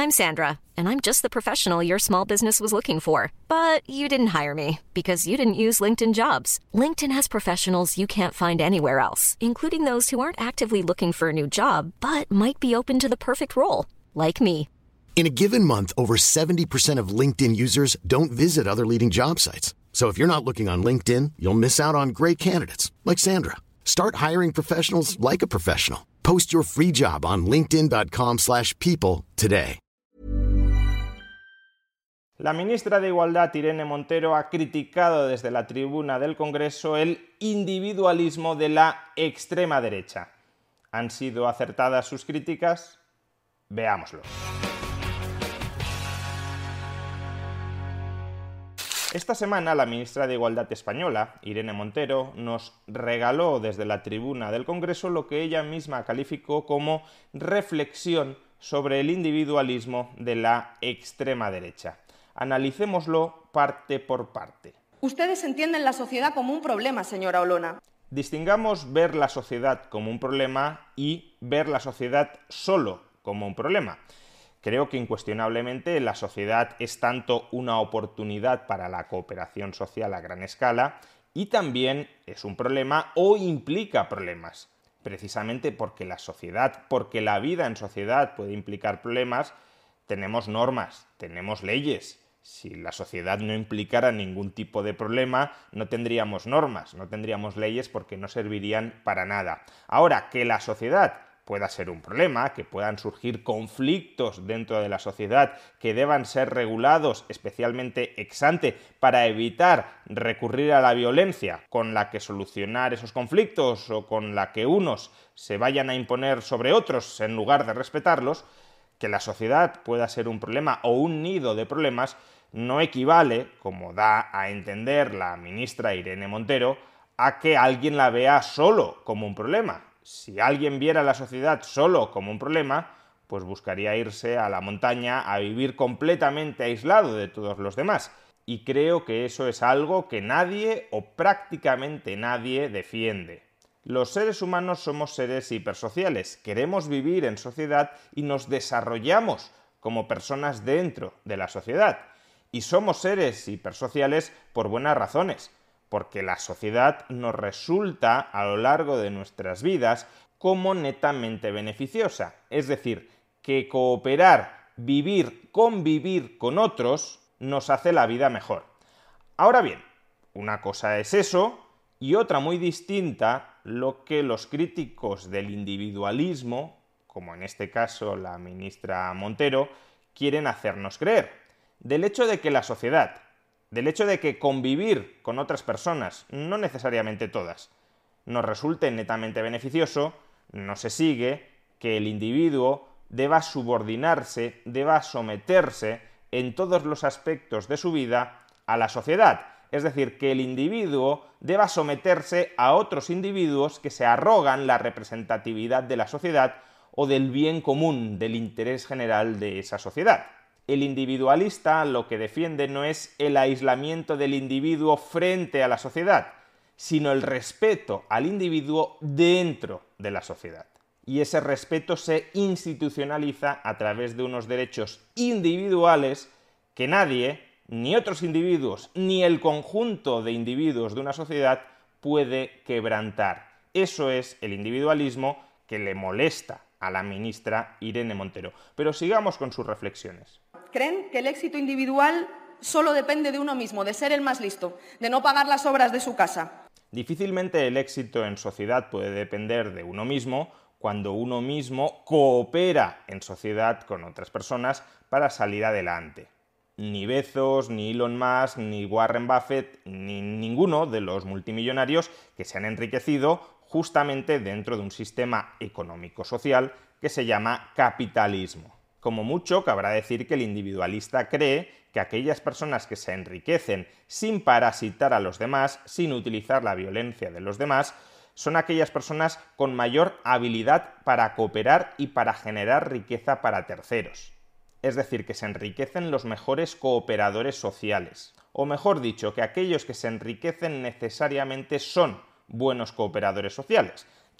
I'm Sandra, and I'm just the professional your small business was looking for. But you didn't hire me because you didn't use LinkedIn Jobs. LinkedIn has professionals you can't find anywhere else, including those who aren't actively looking for a new job, but might be open to the perfect role, like me. In a given month, over 70% of LinkedIn users don't visit other leading job sites. So if you're not looking on LinkedIn, you'll miss out on great candidates like Sandra. Start hiring professionals like a professional. Post your free job on linkedin.com/people today. La ministra de Igualdad, Irene Montero, ha criticado desde la tribuna del Congreso el individualismo de la extrema derecha. ¿Han sido acertadas sus críticas? Veámoslo. Esta semana la ministra de Igualdad española, Irene Montero, nos regaló desde la tribuna del Congreso lo que ella misma calificó como reflexión sobre el individualismo de la extrema derecha. Analicémoslo parte por parte. Ustedes entienden la sociedad como un problema, señora Olona. Distingamos ver la sociedad como un problema y ver la sociedad solo como un problema. Creo que incuestionablemente la sociedad es tanto una oportunidad para la cooperación social a gran escala y también es un problema o implica problemas. Precisamente porque la vida en sociedad puede implicar problemas, tenemos normas, tenemos leyes. Si la sociedad no implicara ningún tipo de problema, no tendríamos normas, no tendríamos leyes porque no servirían para nada. Ahora, que la sociedad pueda ser un problema, que puedan surgir conflictos dentro de la sociedad que deban ser regulados especialmente ex ante para evitar recurrir a la violencia con la que solucionar esos conflictos o con la que unos se vayan a imponer sobre otros en lugar de respetarlos, que la sociedad pueda ser un problema o un nido de problemas no equivale, como da a entender la ministra Irene Montero, a que alguien la vea solo como un problema. Si alguien viera la sociedad solo como un problema, pues buscaría irse a la montaña a vivir completamente aislado de todos los demás. Y creo que eso es algo que nadie o prácticamente nadie defiende. Los seres humanos somos seres hipersociales, queremos vivir en sociedad y nos desarrollamos como personas dentro de la sociedad. Y somos seres hipersociales por buenas razones, porque la sociedad nos resulta a lo largo de nuestras vidas como netamente beneficiosa. Es decir, que cooperar, convivir con otros nos hace la vida mejor. Ahora bien, una cosa es eso y otra muy distinta lo que los críticos del individualismo, como en este caso la ministra Montero, quieren hacernos creer. Del hecho de que la sociedad, del hecho de que convivir con otras personas, no necesariamente todas, nos resulte netamente beneficioso, no se sigue que el individuo deba subordinarse, deba someterse en todos los aspectos de su vida a la sociedad. Es decir, que el individuo deba someterse a otros individuos que se arrogan la representatividad de la sociedad o del bien común, del interés general de esa sociedad. El individualista lo que defiende no es el aislamiento del individuo frente a la sociedad, sino el respeto al individuo dentro de la sociedad. Y ese respeto se institucionaliza a través de unos derechos individuales que nadie, ni otros individuos, ni el conjunto de individuos de una sociedad puede quebrantar. Eso es el individualismo que le molesta a la ministra Irene Montero. Pero sigamos con sus reflexiones. ¿Creen que el éxito individual solo depende de uno mismo, de ser el más listo, de no pagar las obras de su casa? Difícilmente el éxito en sociedad puede depender de uno mismo cuando uno mismo coopera en sociedad con otras personas para salir adelante. Ni Bezos, ni Elon Musk, ni Warren Buffett, ni ninguno de los multimillonarios que se han enriquecido justamente dentro de un sistema económico-social que se llama capitalismo. Como mucho, cabrá decir que el individualista cree que aquellas personas que se enriquecen sin parasitar a los demás, sin utilizar la violencia de los demás, son aquellas personas con mayor habilidad para cooperar y para generar riqueza para terceros. Es decir, que se enriquecen los mejores cooperadores sociales. O mejor dicho, que aquellos que se enriquecen necesariamente son buenos cooperadores sociales.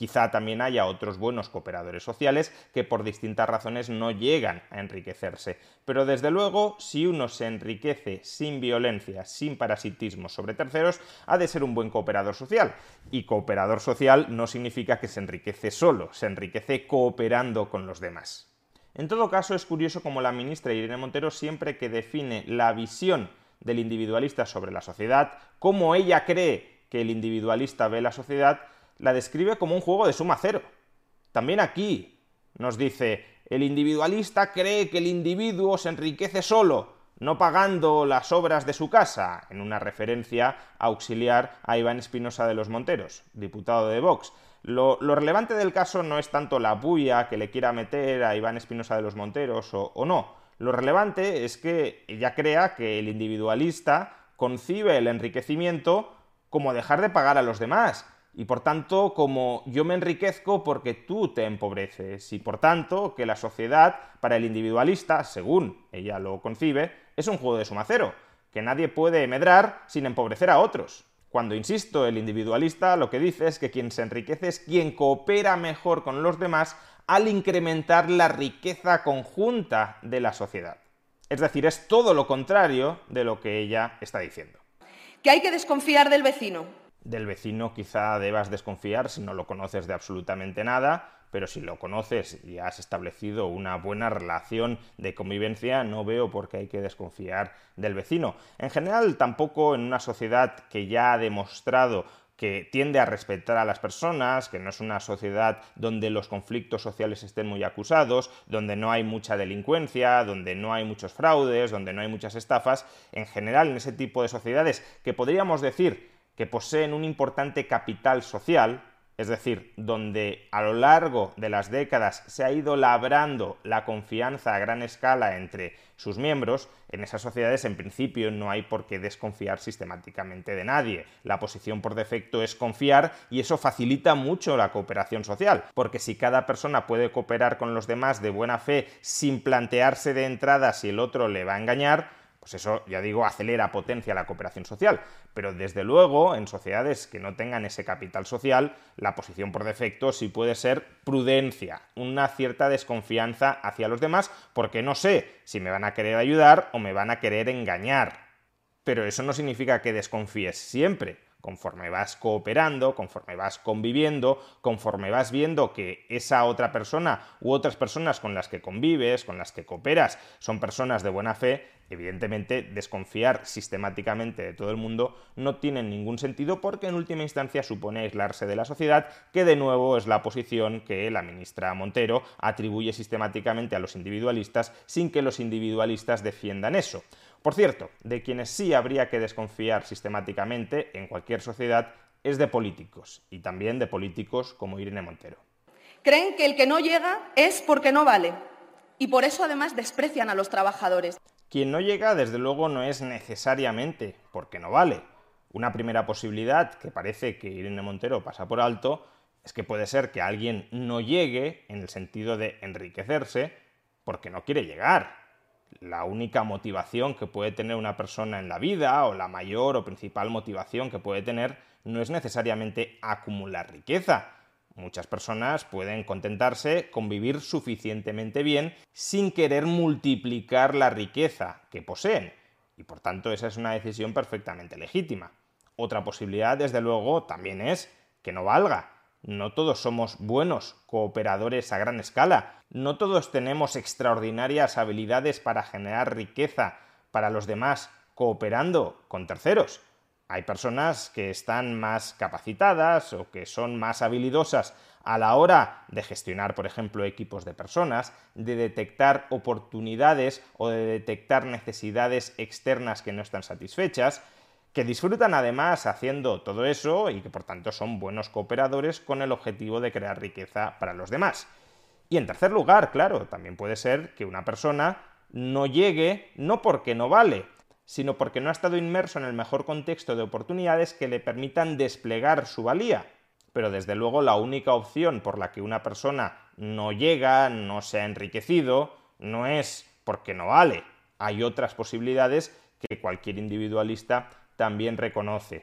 Quizá también haya otros buenos cooperadores sociales que por distintas razones no llegan a enriquecerse. Pero desde luego, si uno se enriquece sin violencia, sin parasitismo sobre terceros, ha de ser un buen cooperador social. Y cooperador social no significa que se enriquece solo, se enriquece cooperando con los demás. En todo caso, es curioso cómo la ministra Irene Montero, siempre que define la visión del individualista sobre la sociedad, cómo ella cree que el individualista ve la sociedad, la describe como un juego de suma cero. También aquí nos dice, el individualista cree que el individuo se enriquece solo, no pagando las obras de su casa, en una referencia auxiliar a Iván Espinosa de los Monteros, diputado de Vox. Lo relevante del caso no es tanto la bulla que le quiera meter a Iván Espinosa de los Monteros o no. Lo relevante es que ella crea que el individualista concibe el enriquecimiento como dejar de pagar a los demás, y por tanto como yo me enriquezco porque tú te empobreces, y por tanto que la sociedad para el individualista, según ella lo concibe, es un juego de suma cero, que nadie puede medrar sin empobrecer a otros. Cuando, insisto, el individualista lo que dice es que quien se enriquece es quien coopera mejor con los demás al incrementar la riqueza conjunta de la sociedad. Es decir, es todo lo contrario de lo que ella está diciendo. Que hay que desconfiar del vecino. Del vecino quizá debas desconfiar si no lo conoces de absolutamente nada, pero si lo conoces y has establecido una buena relación de convivencia, no veo por qué hay que desconfiar del vecino. En general, tampoco en una sociedad que ya ha demostrado que tiende a respetar a las personas, que no es una sociedad donde los conflictos sociales estén muy acusados, donde no hay mucha delincuencia, donde no hay muchos fraudes, donde no hay muchas estafas. En general, en ese tipo de sociedades que podríamos decir que poseen un importante capital social, es decir, donde a lo largo de las décadas se ha ido labrando la confianza a gran escala entre sus miembros, en esas sociedades en principio no hay por qué desconfiar sistemáticamente de nadie. La posición por defecto es confiar y eso facilita mucho la cooperación social, porque si cada persona puede cooperar con los demás de buena fe sin plantearse de entrada si el otro le va a engañar, pues eso, ya digo, acelera, potencia la cooperación social. Pero desde luego, en sociedades que no tengan ese capital social, la posición por defecto sí puede ser prudencia, una cierta desconfianza hacia los demás, porque no sé si me van a querer ayudar o me van a querer engañar. Pero eso no significa que desconfíes siempre. Conforme vas cooperando, conforme vas conviviendo, conforme vas viendo que esa otra persona u otras personas con las que convives, con las que cooperas, son personas de buena fe, evidentemente desconfiar sistemáticamente de todo el mundo no tiene ningún sentido, porque en última instancia supone aislarse de la sociedad, que de nuevo es la posición que la ministra Montero atribuye sistemáticamente a los individualistas sin que los individualistas defiendan eso. Por cierto, de quienes sí habría que desconfiar sistemáticamente en cualquier sociedad es de políticos, y también de políticos como Irene Montero. Creen que el que no llega es porque no vale, y por eso además desprecian a los trabajadores. Quien no llega, desde luego, no es necesariamente porque no vale. Una primera posibilidad que parece que Irene Montero pasa por alto es que puede ser que alguien no llegue en el sentido de enriquecerse porque no quiere llegar. La única motivación que puede tener una persona en la vida, o la mayor o principal motivación que puede tener, no es necesariamente acumular riqueza. Muchas personas pueden contentarse con vivir suficientemente bien sin querer multiplicar la riqueza que poseen, y por tanto esa es una decisión perfectamente legítima. Otra posibilidad, desde luego, también es que no valga. No todos somos buenos cooperadores a gran escala, no todos tenemos extraordinarias habilidades para generar riqueza para los demás cooperando con terceros. Hay personas que están más capacitadas o que son más habilidosas a la hora de gestionar, por ejemplo, equipos de personas, de detectar oportunidades o de detectar necesidades externas que no están satisfechas, que disfrutan además haciendo todo eso y que por tanto son buenos cooperadores con el objetivo de crear riqueza para los demás. Y en tercer lugar, claro, también puede ser que una persona no llegue no porque no vale, sino porque no ha estado inmerso en el mejor contexto de oportunidades que le permitan desplegar su valía. Pero desde luego la única opción por la que una persona no llega, no se ha enriquecido, no es porque no vale. Hay otras posibilidades que cualquier individualista también reconoce.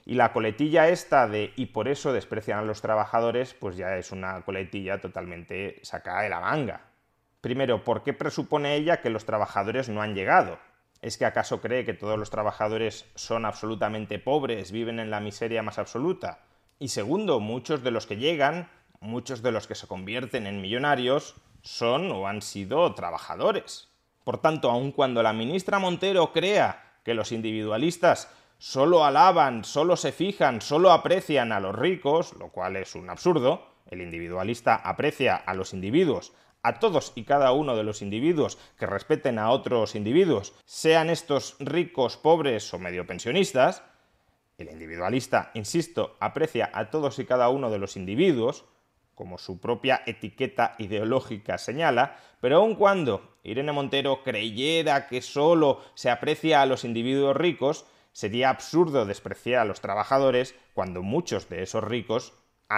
Y la coletilla esta de "y por eso desprecian a los trabajadores", pues ya es una coletilla totalmente sacada de la manga. Primero, ¿por qué presupone ella que los trabajadores no han llegado? ¿Es que acaso cree que todos los trabajadores son absolutamente pobres, viven en la miseria más absoluta? Y segundo, muchos de los que llegan, muchos de los que se convierten en millonarios, son o han sido trabajadores. Por tanto, aun cuando la ministra Montero crea que los individualistas solo alaban, solo se fijan, solo aprecian a los ricos, lo cual es un absurdo, el individualista aprecia a los individuos, a todos y cada uno de los individuos que respeten a otros individuos, sean estos ricos, pobres o medio pensionistas. El individualista, insisto, aprecia a todos y cada uno de los individuos, como su propia etiqueta ideológica señala, pero aun cuando Irene Montero creyera que solo se aprecia a los individuos ricos, sería absurdo despreciar a los trabajadores cuando muchos de esos ricos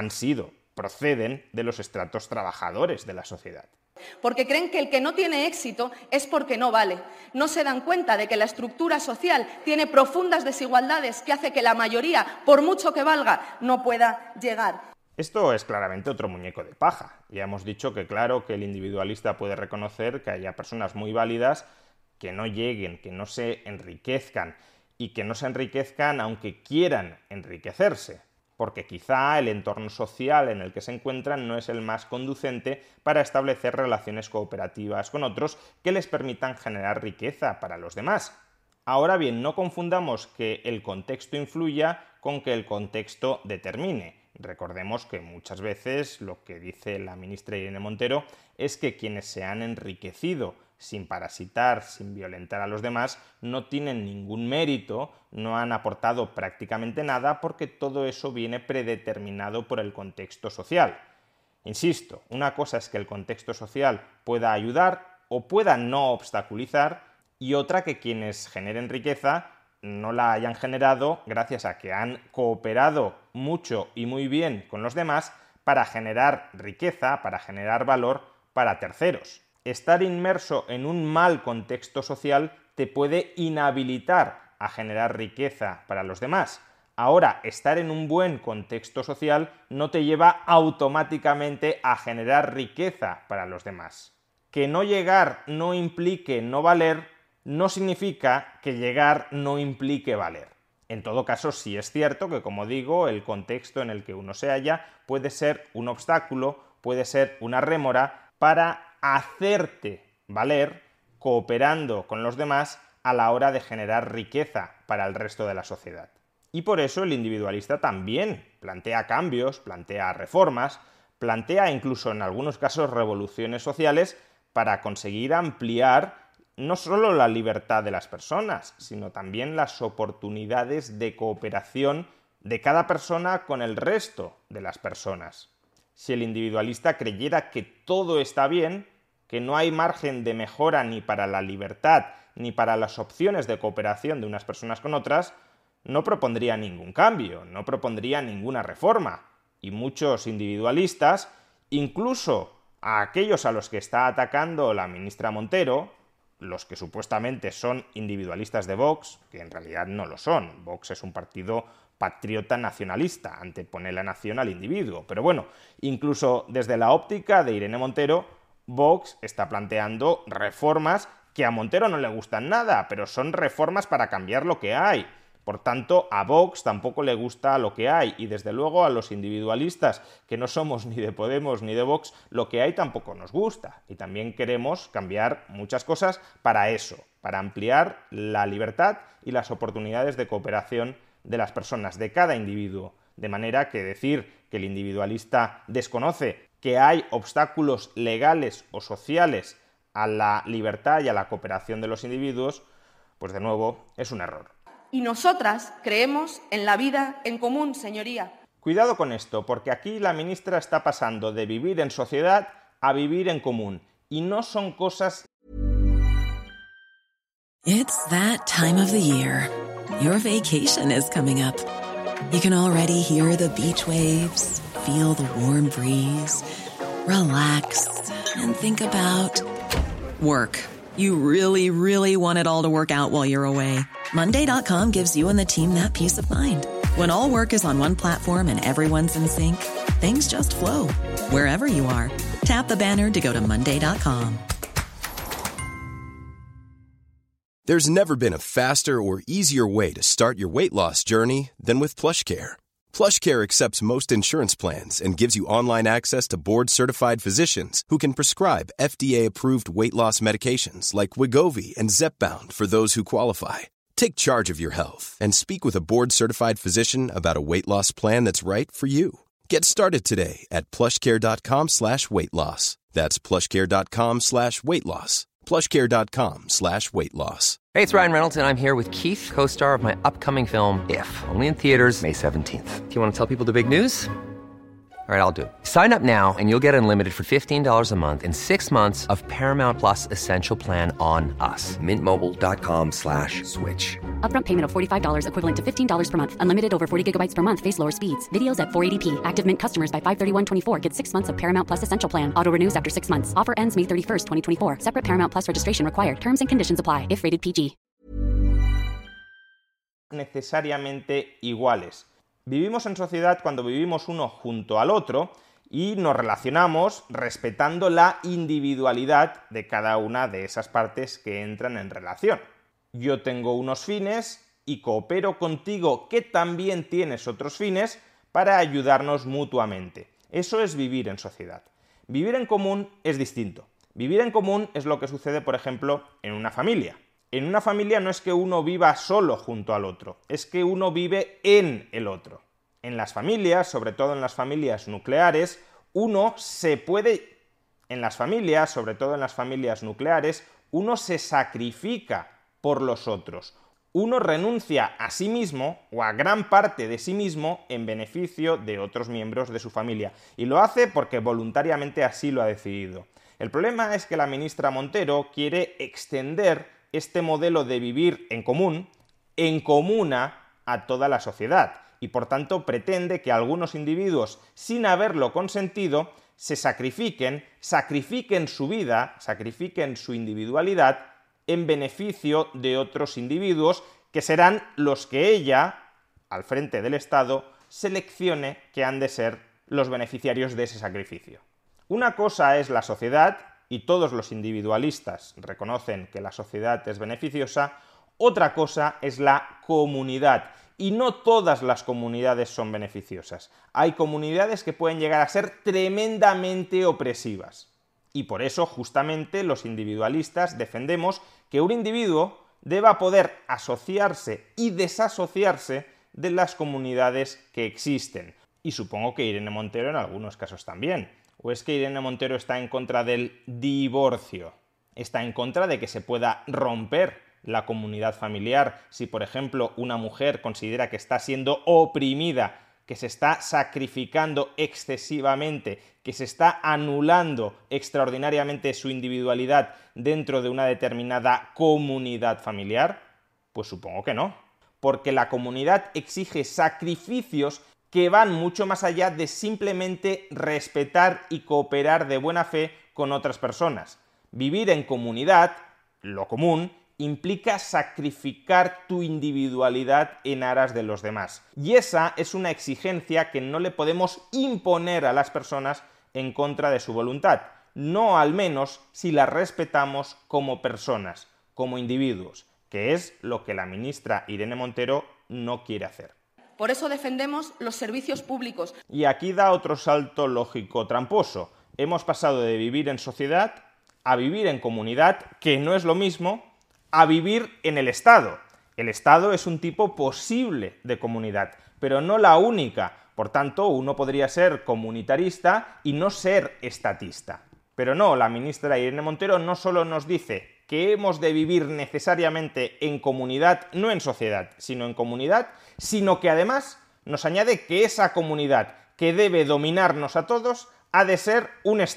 proceden de los estratos trabajadores de la sociedad. Porque creen que el que no tiene éxito es porque no vale. No se dan cuenta de que la estructura social tiene profundas desigualdades que hace que la mayoría, por mucho que valga, no pueda llegar. Esto es claramente otro muñeco de paja. Ya hemos dicho que claro que el individualista puede reconocer que haya personas muy válidas que no lleguen, que no se enriquezcan y que no se enriquezcan aunque quieran enriquecerse, porque quizá el entorno social en el que se encuentran no es el más conducente para establecer relaciones cooperativas con otros que les permitan generar riqueza para los demás. Ahora bien, no confundamos que el contexto influya con que el contexto determine. Recordemos que muchas veces lo que dice la ministra Irene Montero es que quienes se han enriquecido sin parasitar, sin violentar a los demás, no tienen ningún mérito, no han aportado prácticamente nada porque todo eso viene predeterminado por el contexto social. Insisto, una cosa es que el contexto social pueda ayudar o pueda no obstaculizar y otra que quienes generen riqueza no la hayan generado gracias a que han cooperado mucho y muy bien con los demás para generar riqueza, para generar valor para terceros. Estar inmerso en un mal contexto social te puede inhabilitar a generar riqueza para los demás. Ahora, estar en un buen contexto social no te lleva automáticamente a generar riqueza para los demás. Que no llegar no implique no valer no significa que llegar no implique valer. En todo caso, sí es cierto que, como digo, el contexto en el que uno se halla puede ser un obstáculo, puede ser una rémora para hacerte valer cooperando con los demás a la hora de generar riqueza para el resto de la sociedad. Y por eso el individualista también plantea cambios, plantea reformas, plantea incluso en algunos casos revoluciones sociales para conseguir ampliar no solo la libertad de las personas, sino también las oportunidades de cooperación de cada persona con el resto de las personas. Si el individualista creyera que todo está bien, que no hay margen de mejora ni para la libertad ni para las opciones de cooperación de unas personas con otras, no propondría ningún cambio, no propondría ninguna reforma. Y muchos individualistas, incluso a aquellos a los que está atacando la ministra Montero, los que supuestamente son individualistas de Vox, que en realidad no lo son. Vox es un partido patriota nacionalista, antepone la nación al individuo. Pero bueno, incluso desde la óptica de Irene Montero, Vox está planteando reformas que a Montero no le gustan nada, pero son reformas para cambiar lo que hay. Por tanto, a Vox tampoco le gusta lo que hay y desde luego a los individualistas que no somos ni de Podemos ni de Vox, lo que hay tampoco nos gusta. Y también queremos cambiar muchas cosas para eso, para ampliar la libertad y las oportunidades de cooperación de las personas, de cada individuo. De manera que decir que el individualista desconoce que hay obstáculos legales o sociales a la libertad y a la cooperación de los individuos, pues de nuevo es un error. Y nosotras creemos en la vida en común, señoría. Cuidado con esto, porque aquí la ministra está pasando de vivir en sociedad a vivir en común. Y no son cosas... It's that time of the year. Your vacation is coming up. You can already hear the beach waves, feel the warm breeze, relax, and think about work. You really, really want it all to work out while you're away. Monday.com gives you and the team that peace of mind. When all work is on one platform and everyone's in sync, things just flow. Wherever you are, tap the banner to go to Monday.com. There's never been a faster or easier way to start your weight loss journey than with PlushCare. PlushCare accepts most insurance plans and gives you online access to board-certified physicians who can prescribe FDA-approved weight loss medications like Wegovy and Zepbound for those who qualify. Take charge of your health and speak with a board-certified physician about a weight loss plan that's right for you. Get started today at plushcare.com/weight loss. That's plushcare.com/weight loss. plushcare.com/weight loss. Hey, it's Ryan Reynolds, and I'm here with Keith, co-star of my upcoming film, If, only in theaters May 17th. Do you want to tell people the big news? All right, I'll do it. Sign up now and you'll get unlimited for $15 a month and 6 months of Paramount Plus Essential Plan on us. MintMobile.com/switch. Upfront payment of $45 equivalent to $15 per month. Unlimited over 40 gigabytes per month. Face lower speeds. Videos at 480p. Active Mint customers by 531.24 get 6 months of Paramount Plus Essential Plan. Auto renews after 6 months. Offer ends May 31st, 2024. Separate Paramount Plus registration required. Terms and conditions apply if rated PG. Necesariamente iguales. Vivimos en sociedad cuando vivimos uno junto al otro y nos relacionamos respetando la individualidad de cada una de esas partes que entran en relación. Yo tengo unos fines y coopero contigo que también tienes otros fines para ayudarnos mutuamente. Eso es vivir en sociedad. Vivir en común es distinto. Vivir en común es lo que sucede, por ejemplo, en una familia. En una familia no es que uno viva solo junto al otro, es que uno vive en el otro. En las familias, sobre todo en las familias nucleares, uno se sacrifica por los otros. Uno renuncia a sí mismo o a gran parte de sí mismo en beneficio de otros miembros de su familia. Y lo hace porque voluntariamente así lo ha decidido. El problema es que la ministra Montero quiere extender este modelo de vivir en común, en comuna, a toda la sociedad y por tanto pretende que algunos individuos, sin haberlo consentido, se sacrifiquen su vida, sacrifiquen su individualidad en beneficio de otros individuos que serán los que ella, al frente del Estado, seleccione que han de ser los beneficiarios de ese sacrificio. Una cosa es la sociedad, y todos los individualistas reconocen que la sociedad es beneficiosa, otra cosa es la comunidad. Y no todas las comunidades son beneficiosas. Hay comunidades que pueden llegar a ser tremendamente opresivas. Y por eso, justamente, los individualistas defendemos que un individuo deba poder asociarse y desasociarse de las comunidades que existen. Y supongo que Irene Montero en algunos casos también. ¿O es que Irene Montero está en contra del divorcio? ¿Está en contra de que se pueda romper la comunidad familiar si, por ejemplo, una mujer considera que está siendo oprimida, que se está sacrificando excesivamente, que se está anulando extraordinariamente su individualidad dentro de una determinada comunidad familiar? Pues supongo que no, porque la comunidad exige sacrificios que van mucho más allá de simplemente respetar y cooperar de buena fe con otras personas. Vivir en comunidad, lo común, implica sacrificar tu individualidad en aras de los demás. Y esa es una exigencia que no le podemos imponer a las personas en contra de su voluntad, no al menos si las respetamos como personas, como individuos, que es lo que la ministra Irene Montero no quiere hacer. Por eso defendemos los servicios públicos. Y aquí da otro salto lógico tramposo. Hemos pasado de vivir en sociedad a vivir en comunidad, que no es lo mismo, a vivir en el Estado. El Estado es un tipo posible de comunidad, pero no la única. Por tanto, uno podría ser comunitarista y no ser estatista. Pero no, la ministra Irene Montero no solo nos dice que hemos de vivir necesariamente en comunidad, no en sociedad, sino en comunidad, sino que además nos añade que esa comunidad que debe dominarnos a todos ha de ser un Estado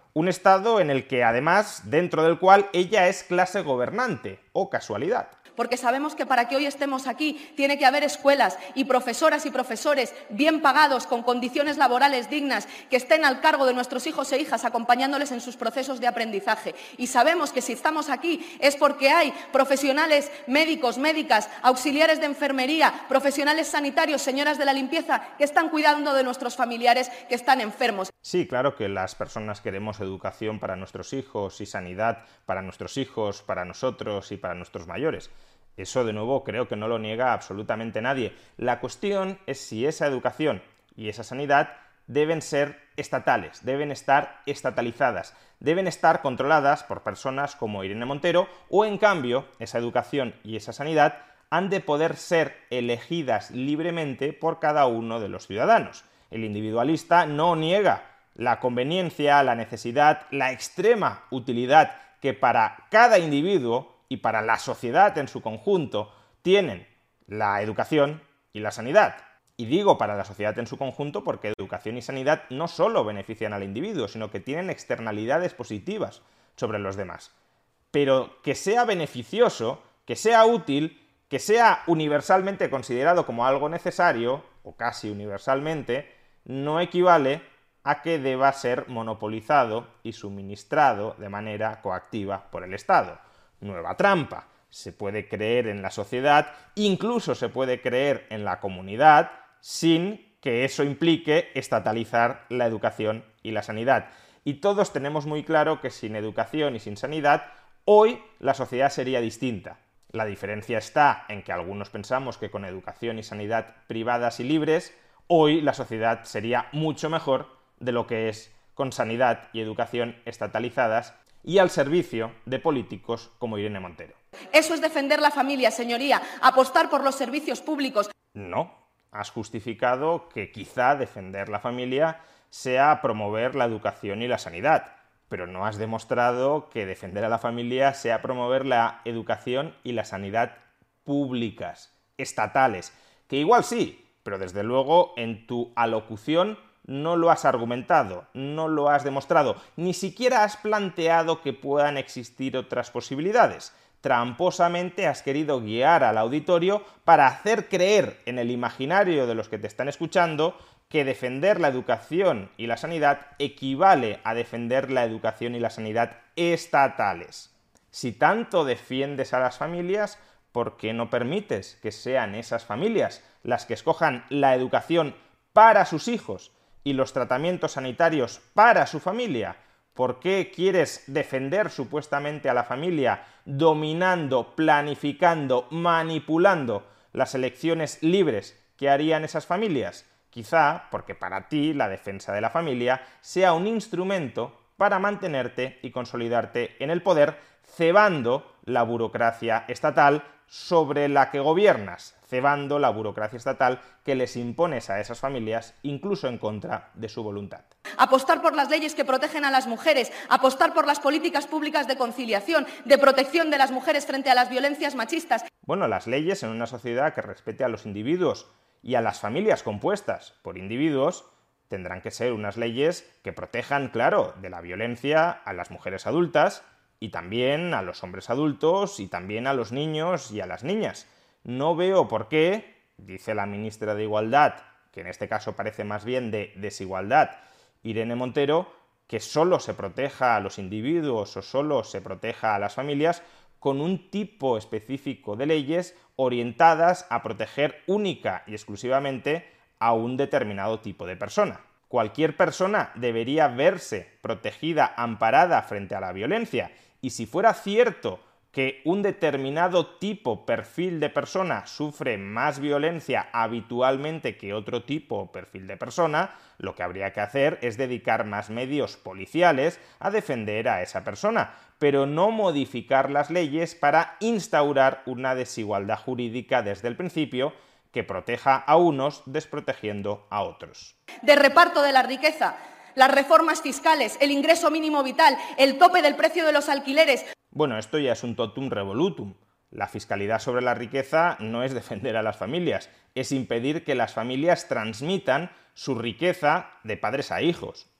Un Estado en el que, además, dentro del cual ella es clase gobernante. ¡Oh, casualidad! Porque sabemos que para que hoy estemos aquí tiene que haber escuelas y profesoras y profesores bien pagados, con condiciones laborales dignas, que estén al cargo de nuestros hijos e hijas, acompañándoles en sus procesos de aprendizaje. Y sabemos que si estamos aquí es porque hay profesionales médicos, médicas, auxiliares de enfermería, profesionales sanitarios, señoras de la limpieza, que están cuidando de nuestros familiares que están enfermos. Sí, claro que las personas queremos educación para nuestros hijos y sanidad para nuestros hijos, para nosotros y para nuestros mayores. Eso, de nuevo, creo que no lo niega absolutamente nadie. La cuestión es si esa educación y esa sanidad deben ser estatales, deben estar estatalizadas, deben estar controladas por personas como Irene Montero, o en cambio, esa educación y esa sanidad han de poder ser elegidas libremente por cada uno de los ciudadanos. El individualista no niega la conveniencia, la necesidad, la extrema utilidad que para cada individuo y para la sociedad en su conjunto tienen la educación y la sanidad. Y digo para la sociedad en su conjunto porque educación y sanidad no solo benefician al individuo, sino que tienen externalidades positivas sobre los demás. Pero que sea beneficioso, que sea útil, que sea universalmente considerado como algo necesario, o casi universalmente, no equivale a que deba ser monopolizado y suministrado de manera coactiva por el Estado. Nueva trampa. Se puede creer en la sociedad, incluso se puede creer en la comunidad, sin que eso implique estatalizar la educación y la sanidad. Y todos tenemos muy claro que sin educación y sin sanidad, hoy la sociedad sería distinta. La diferencia está en que algunos pensamos que con educación y sanidad privadas y libres, hoy la sociedad sería mucho mejor de lo que es con sanidad y educación estatalizadas y al servicio de políticos como Irene Montero. Eso es defender la familia, señoría, apostar por los servicios públicos. No, has justificado que quizá defender la familia sea promover la educación y la sanidad, pero no has demostrado que defender a la familia sea promover la educación y la sanidad públicas, estatales, que igual sí, pero desde luego en tu alocución no lo has argumentado, no lo has demostrado, ni siquiera has planteado que puedan existir otras posibilidades. Tramposamente has querido guiar al auditorio para hacer creer en el imaginario de los que te están escuchando que defender la educación y la sanidad equivale a defender la educación y la sanidad estatales. Si tanto defiendes a las familias, ¿por qué no permites que sean esas familias las que escojan la educación para sus hijos y los tratamientos sanitarios para su familia? ¿Por qué quieres defender supuestamente a la familia dominando, planificando, manipulando las elecciones libres que harían esas familias? Quizá porque para ti la defensa de la familia sea un instrumento para mantenerte y consolidarte en el poder, cebando la burocracia estatal sobre la que gobiernas, cebando la burocracia estatal que les impones a esas familias, incluso en contra de su voluntad. Apostar por las leyes que protegen a las mujeres, apostar por las políticas públicas de conciliación, de protección de las mujeres frente a las violencias machistas. Bueno, las leyes en una sociedad que respete a los individuos y a las familias compuestas por individuos tendrán que ser unas leyes que protejan, claro, de la violencia a las mujeres adultas y también a los hombres adultos y también a los niños y a las niñas. No veo por qué, dice la ministra de Igualdad, que en este caso parece más bien de desigualdad, Irene Montero, que solo se proteja a los individuos o solo se proteja a las familias con un tipo específico de leyes orientadas a proteger única y exclusivamente a un determinado tipo de persona. Cualquier persona debería verse protegida, amparada frente a la violencia, y si fuera cierto que un determinado tipo, perfil de persona sufre más violencia habitualmente que otro tipo o perfil de persona, lo que habría que hacer es dedicar más medios policiales a defender a esa persona, pero no modificar las leyes para instaurar una desigualdad jurídica desde el principio que proteja a unos desprotegiendo a otros. De reparto de la riqueza, las reformas fiscales, el ingreso mínimo vital, el tope del precio de los alquileres. Bueno, esto ya es un totum revolutum. La fiscalidad sobre la riqueza no es defender a las familias, es impedir que las familias transmitan su riqueza de padres a hijos.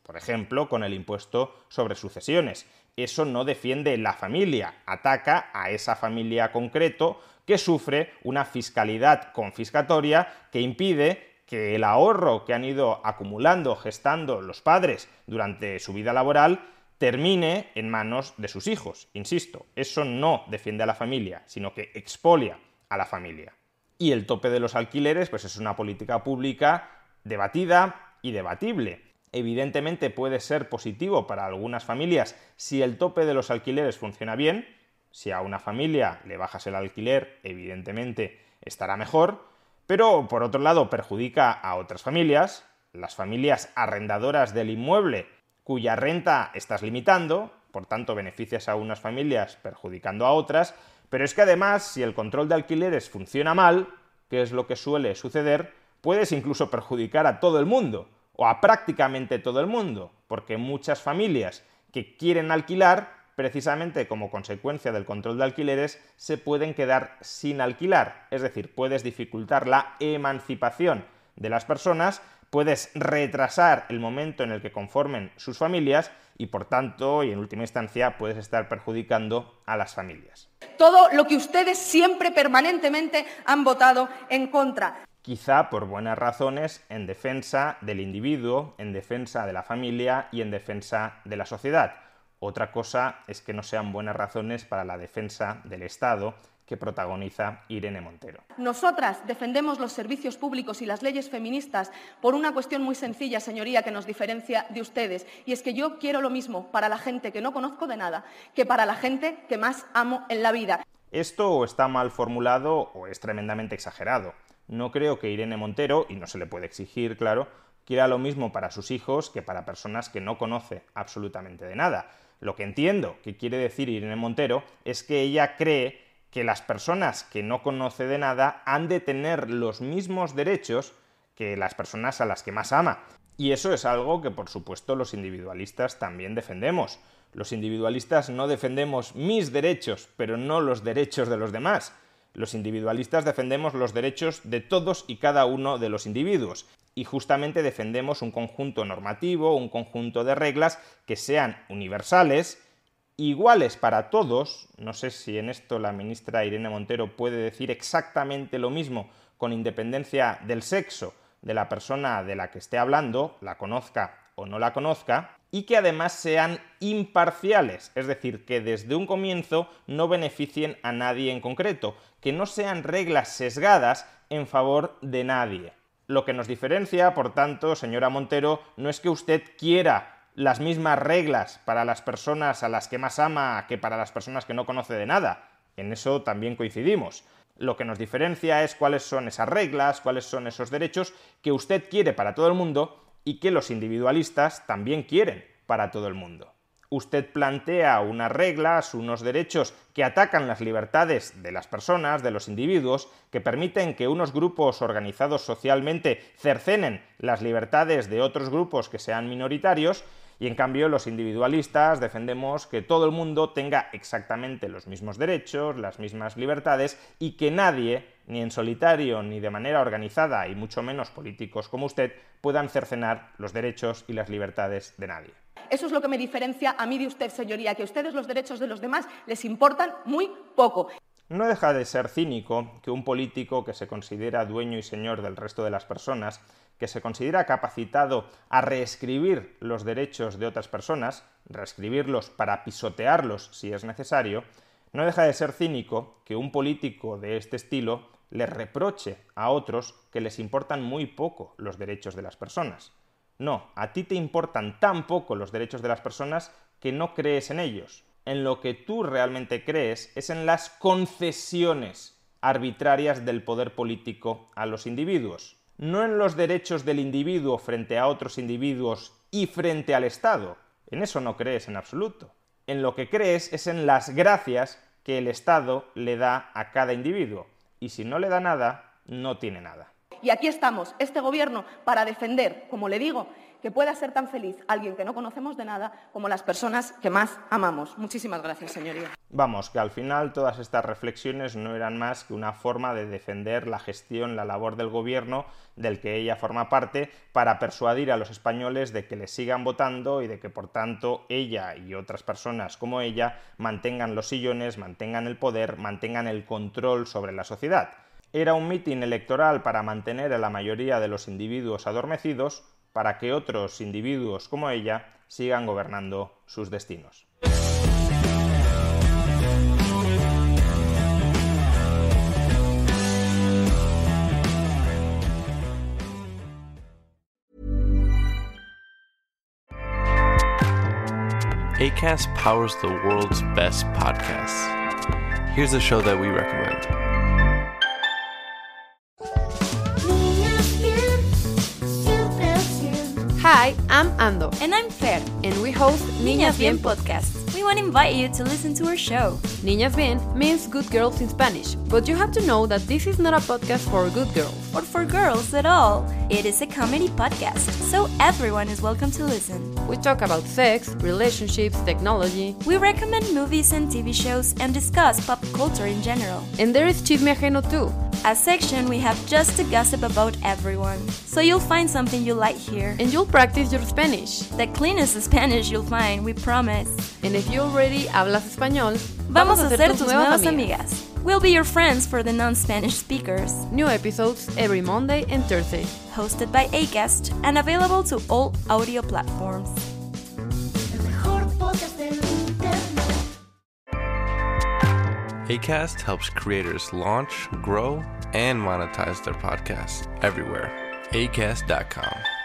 por ejemplo, con el impuesto sobre sucesiones. Eso no defiende la familia, ataca a esa familia concreto que sufre una fiscalidad confiscatoria que impide que el ahorro que han ido acumulando, gestando los padres durante su vida laboral termine en manos de sus hijos. Insisto, eso no defiende a la familia, sino que expolia a la familia. Y el tope de los alquileres, pues es una política pública debatida y debatible. Evidentemente puede ser positivo para algunas familias si el tope de los alquileres funciona bien. Si a una familia le bajas el alquiler, evidentemente estará mejor, pero por otro lado perjudica a otras familias, las familias arrendadoras del inmueble cuya renta estás limitando, por tanto beneficias a unas familias perjudicando a otras, pero es que además si el control de alquileres funciona mal, que es lo que suele suceder, puedes incluso perjudicar a todo el mundo, o a prácticamente todo el mundo, porque muchas familias que quieren alquilar, precisamente como consecuencia del control de alquileres, se pueden quedar sin alquilar. Es decir, puedes dificultar la emancipación de las personas, puedes retrasar el momento en el que conformen sus familias y, por tanto, y en última instancia, puedes estar perjudicando a las familias. Todo lo que ustedes siempre, permanentemente, han votado en contra. Quizá por buenas razones en defensa del individuo, en defensa de la familia y en defensa de la sociedad. Otra cosa es que no sean buenas razones para la defensa del Estado que protagoniza Irene Montero. Nosotras defendemos los servicios públicos y las leyes feministas por una cuestión muy sencilla, señoría, que nos diferencia de ustedes. Y es que yo quiero lo mismo para la gente que no conozco de nada que para la gente que más amo en la vida. Esto o está mal formulado o es tremendamente exagerado. No creo que Irene Montero, y no se le puede exigir, claro, quiera lo mismo para sus hijos que para personas que no conoce absolutamente de nada. Lo que entiendo que quiere decir Irene Montero es que ella cree que las personas que no conoce de nada han de tener los mismos derechos que las personas a las que más ama. Y eso es algo que, por supuesto, los individualistas también defendemos. Los individualistas no defendemos mis derechos, pero no los derechos de los demás. Los individualistas defendemos los derechos de todos y cada uno de los individuos y justamente defendemos un conjunto normativo, un conjunto de reglas que sean universales, iguales para todos. No sé si en esto la ministra Irene Montero puede decir exactamente lo mismo con independencia del sexo de la persona de la que esté hablando, la conozca o no la conozca, y que además sean imparciales, es decir, que desde un comienzo no beneficien a nadie en concreto, que no sean reglas sesgadas en favor de nadie. Lo que nos diferencia, por tanto, señora Montero, no es que usted quiera las mismas reglas para las personas a las que más ama que para las personas que no conoce de nada. En eso también coincidimos. Lo que nos diferencia es cuáles son esas reglas, cuáles son esos derechos que usted quiere para todo el mundo y que los individualistas también quieren para todo el mundo. Usted plantea unas reglas, unos derechos que atacan las libertades de las personas, de los individuos, que permiten que unos grupos organizados socialmente cercenen las libertades de otros grupos que sean minoritarios, y en cambio los individualistas defendemos que todo el mundo tenga exactamente los mismos derechos, las mismas libertades y que nadie, ni en solitario ni de manera organizada y mucho menos políticos como usted, puedan cercenar los derechos y las libertades de nadie. Eso es lo que me diferencia a mí de usted, señoría, que a ustedes los derechos de los demás les importan muy poco. No deja de ser cínico que un político que se considera dueño y señor del resto de las personas, que se considera capacitado a reescribir los derechos de otras personas, reescribirlos para pisotearlos si es necesario, no deja de ser cínico que un político de este estilo le reproche a otros que les importan muy poco los derechos de las personas. No, a ti te importan tan poco los derechos de las personas que no crees en ellos. En lo que tú realmente crees es en las concesiones arbitrarias del poder político a los individuos, no en los derechos del individuo frente a otros individuos y frente al Estado. En eso no crees en absoluto. En lo que crees es en las gracias que el Estado le da a cada individuo. Y si no le da nada, no tiene nada. Y aquí estamos, este Gobierno, para defender, como le digo, que pueda ser tan feliz alguien que no conocemos de nada como las personas que más amamos. Muchísimas gracias, señoría. Vamos, que al final todas estas reflexiones no eran más que una forma de defender la gestión, la labor del Gobierno del que ella forma parte, para persuadir a los españoles de que le sigan votando y de que, por tanto, ella y otras personas como ella mantengan los sillones, mantengan el poder, mantengan el control sobre la sociedad. Era un mitin electoral para mantener a la mayoría de los individuos adormecidos, para que otros individuos como ella sigan gobernando sus destinos. Acast powers the world's best podcasts. Here's a show that we recommend. Hi, I'm Ando. And I'm Fer. And we host Niñas Bien Podcast. We want to invite you to listen to our show. Niñas Bien means good girls in Spanish, but you have to know that this is not a podcast for good girls. Or for girls at all. It is a comedy podcast, so everyone is welcome to listen. We talk about sex, relationships, technology. We recommend movies and TV shows and discuss pop culture in general. And there is Chisme Ajeno too. A section we have just to gossip about everyone. So you'll find something you like here. And you'll practice your Spanish. The cleanest Spanish you'll find, we promise. And if you already hablas español, vamos a ser tus nuevas amigas. We'll be your friends for the non-Spanish speakers. New episodes every Monday and Thursday. Hosted by Acast and available to all audio platforms. Acast helps creators launch, grow, and monetize their podcasts everywhere. Acast.com.